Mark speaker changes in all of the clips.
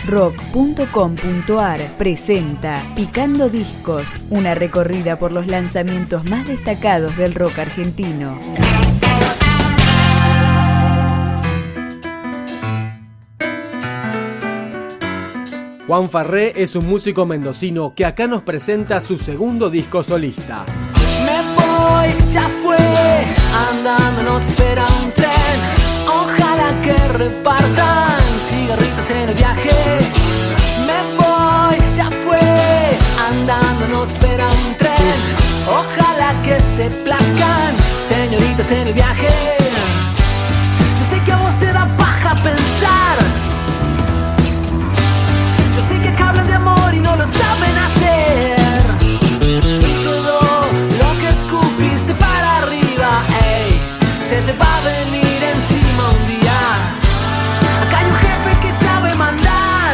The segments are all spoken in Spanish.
Speaker 1: rock.com.ar presenta Picando Discos, una recorrida por los lanzamientos más destacados del rock argentino.
Speaker 2: Juan Farré es un músico mendocino que acá nos presenta su segundo disco solista.
Speaker 3: Me voy, ya fue, andando no te espera un tren. Ojalá que repartan cigarritos en el viaje. Me voy, ya fue, andando no te espera un tren. Ojalá que se plazcan señoritas en el viaje. Yo sé que a vos te da paja pensar. Yo sé que acá hablan de amor y no lo saben hacer. Y todo lo que escupiste para arriba, ey, se te va a venir encima un día. Acá hay un jefe que sabe mandar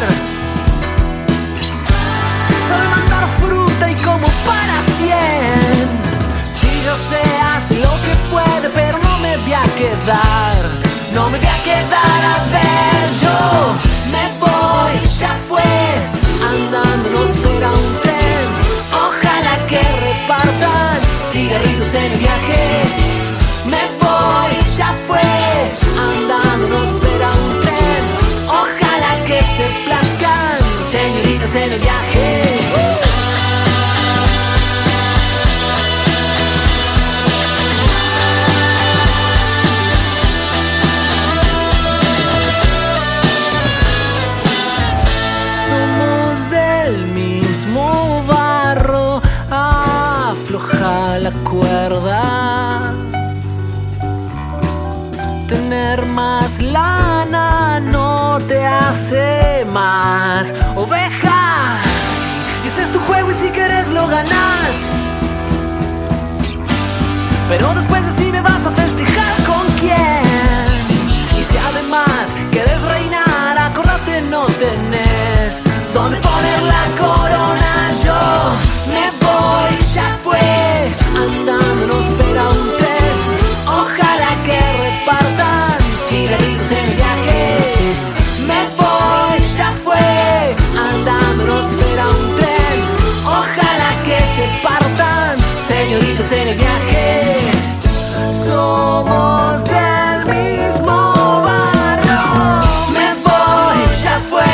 Speaker 3: fruta y como para 100. Si yo sé, hace lo que puede, pero no me voy a quedar. No me voy a quedar a ver, yo me voy, ya fue, andando no espera un tren. Ojalá que repartan cigarritos en el viaje. Me voy, ya fue, andando no espera un tren. Ojalá que se plazcan señoritas en el viaje. La cuerda, tener más lana no te hace más oveja. Y ese es tu juego y si querés lo ganás. Pero después decime, vas a festejar con quién. Y si además querés reinar, acordate no tenés donde poner la corona. Yo me voy, ya fue, andando no espera un tren. Ojalá que repartan cigarritos en el viaje. Me voy, ya fue, andando no espera un tren. Ojalá que se partan señoritas en el viaje. Somos del mismo barrio. Me voy, ya fue.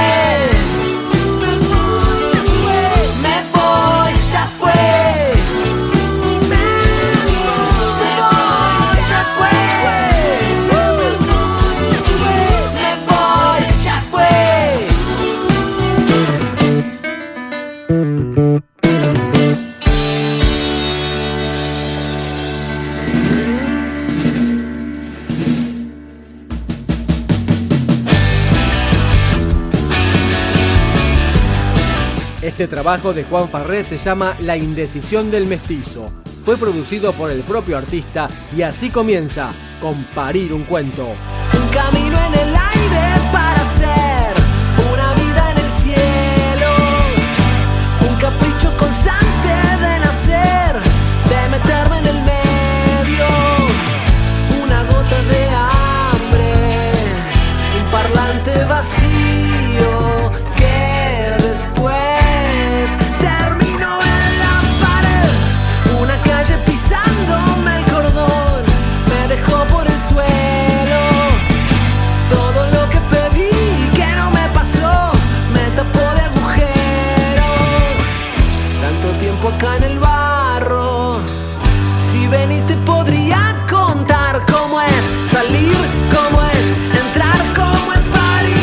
Speaker 2: Este trabajo de Juan Farré se llama La indecisión del mestizo. Fue producido por el propio artista y así comienza, con Parir un cuento.
Speaker 3: Un camino en el aire para ser una vida en el cielo. Un capricho constante de nacer, de meterme en el medio. Una gota de hambre, un parlante vacío. Acá en el barro, si veniste podría contar cómo es salir, cómo es entrar, cómo es parir.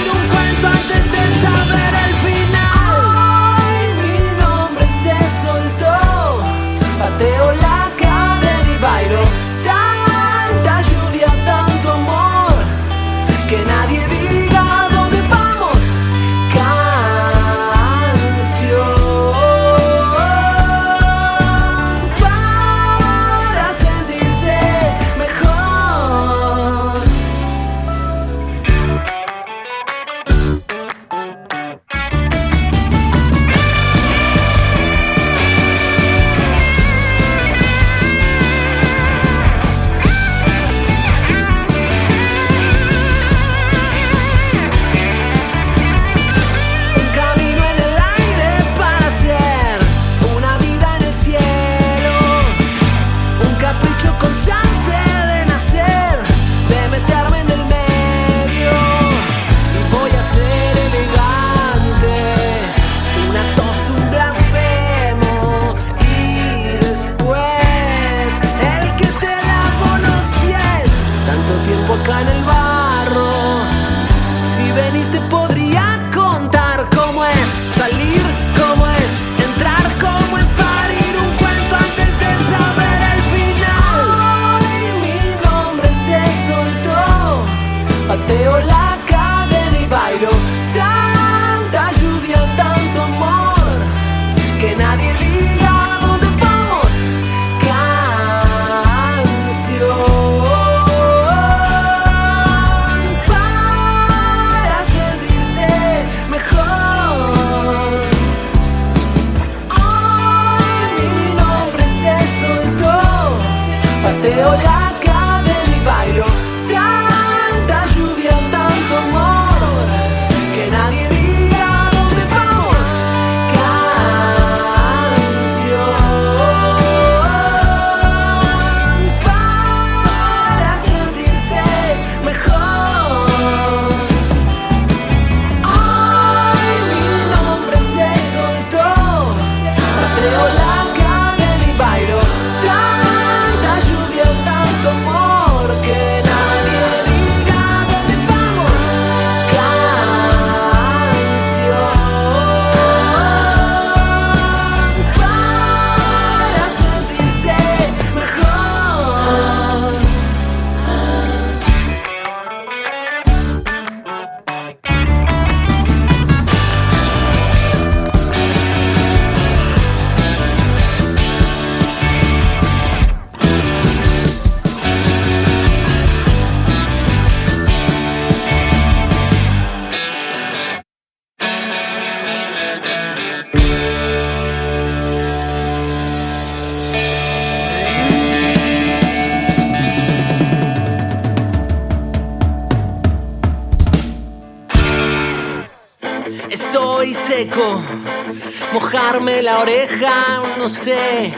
Speaker 3: estoy seco. Mojarme la oreja, no sé.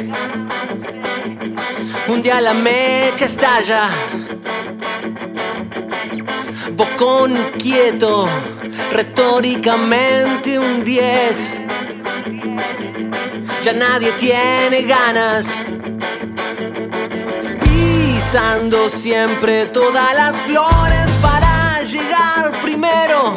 Speaker 3: Un día la mecha estalla. Bocón quieto, retóricamente un 10. Ya nadie tiene ganas. Pisando siempre todas las flores para llegar primero.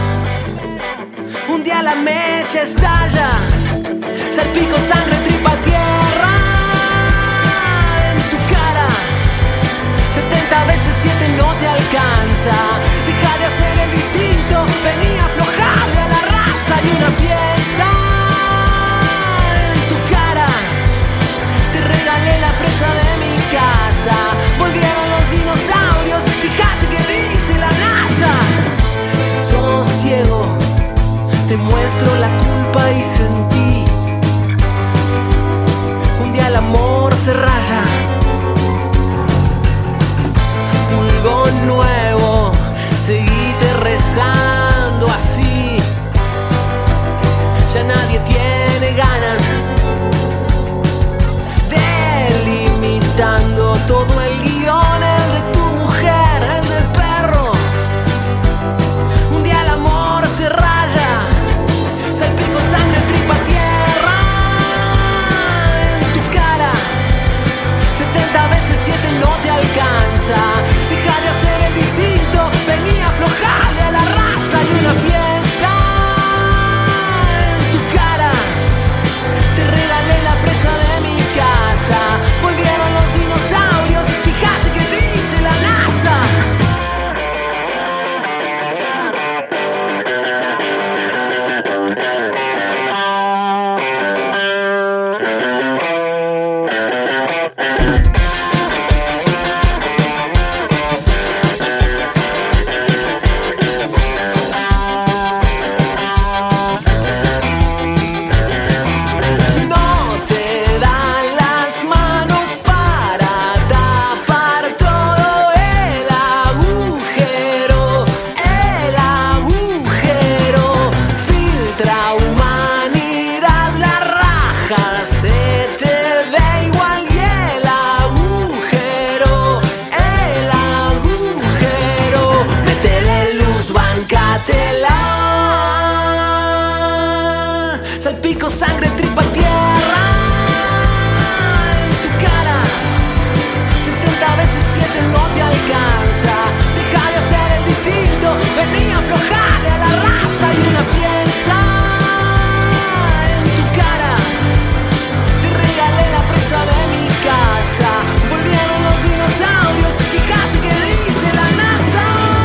Speaker 3: Un día la mecha estalla. Salpico sangre, tripa tierra en tu cara. 70 veces 7 no te alcanza. Deja de hacer el distinto, vení a aflojarle a la raza. Y una fiesta en tu cara. Te regalé la presa de mi casa. Volvieron los dinosaurios, fíjate que dice la NASA. Si sos ciego, te muestro la culpa y sentí. Un día el amor se raya. Algo nuevo, seguite rezando así. Ya nadie tiene ganas. Delimitando todo el guión, el de tu mujer, el del perro. Un día el amor se raya. Salpico sangre, tripa tierra en tu cara. 70 veces 7 no te alcanza. Deja de hacer el distinto, vení a aflojarle a la raza. Y una fiesta en tu cara. Te regalé la presa de mi casa. Volvieron los dinosaurios, fíjate que dice la NASA. Salpico sangre, tripa tierra en tu cara. 70 veces 7 no te alcanza. Deja de hacer el distinto, vení a aflojarle a la raza. Y una fiesta en tu cara. Te regalé la presa de mi casa. Volvieron los dinosaurios, fíjate que dice la NASA.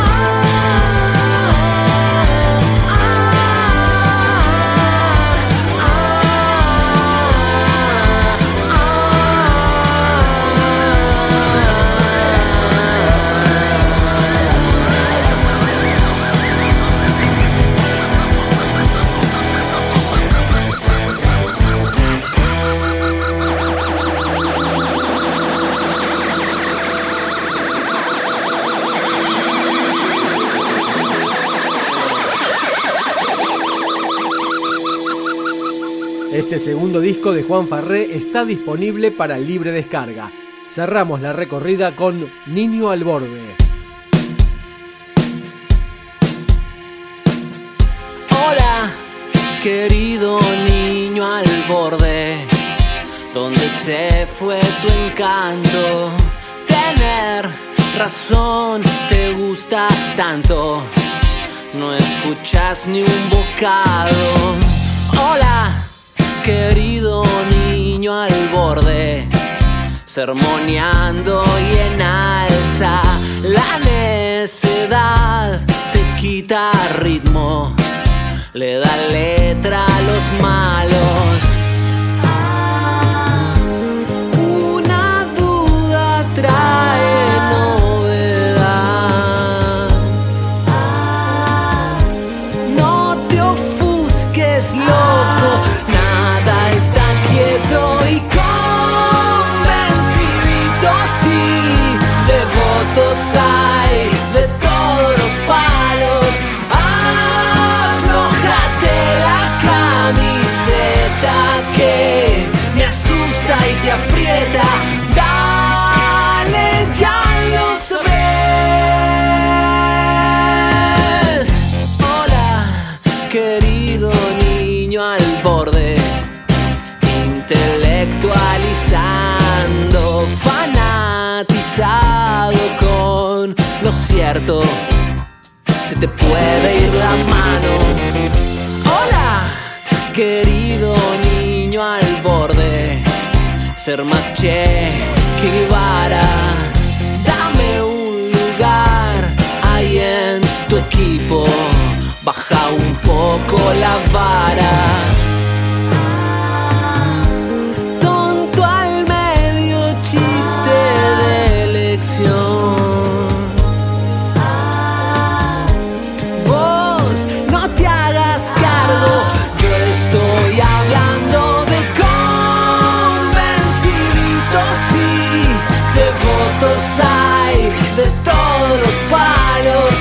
Speaker 2: Este segundo disco de Juan Farré está disponible para libre descarga. Cerramos la recorrida con Niño al Borde.
Speaker 3: Hola, querido niño al borde, ¿dónde se fue tu encanto? Tener razón te gusta tanto, no escuchas ni un bocado. Hola, querido niño al borde, sermoneando y en alza. La necedad te quita ritmo, le da letra a los malos. Una duda trae novedad. No te ofusques, loco, nada está quieto y convencido, sí, devotos hay de todos los palos. Afloja abierto, se te puede ir la mano. Hola, querido niño al borde, ser más Che Guevara. Dame un lugar ahí en tu equipo, baja un poco la vara. Tonto al medio, chiste de elección. Vos no te hagas cargo, yo estoy hablando de convenciditos y de votos hay de todos los palos.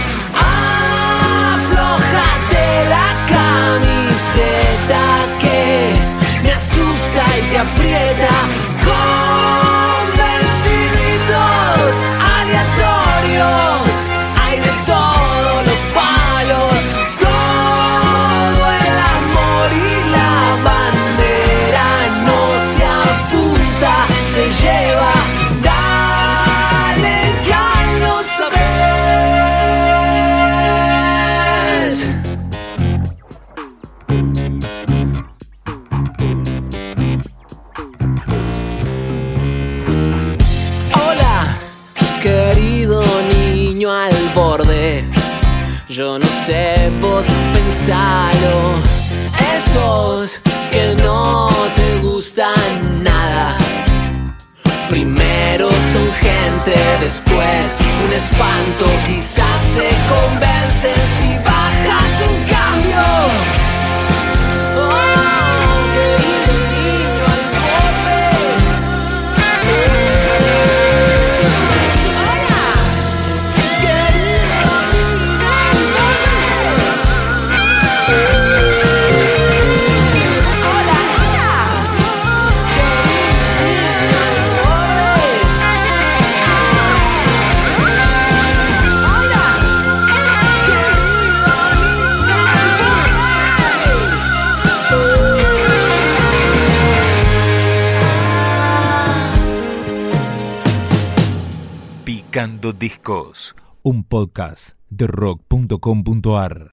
Speaker 3: Aflójate la camiseta que me asusta y te aprieta. Convenciditos aleatorios hay de todos los palos. Todo el amor y la bandera no se apunta, se lleva. Dale, ya lo sabes. Hola, querido niño al borde, yo no sé, vos pensalo. Esos que no te gustan nada, primero son gente, después un espanto. Quizás se convencen si bajas un cambio. Oh, querido niño al borde. Hola, querido niño al borde. Hola, hola, querido niño al borde. Hola, querido niño al
Speaker 4: Picando Discos, un podcast de rock.com.ar.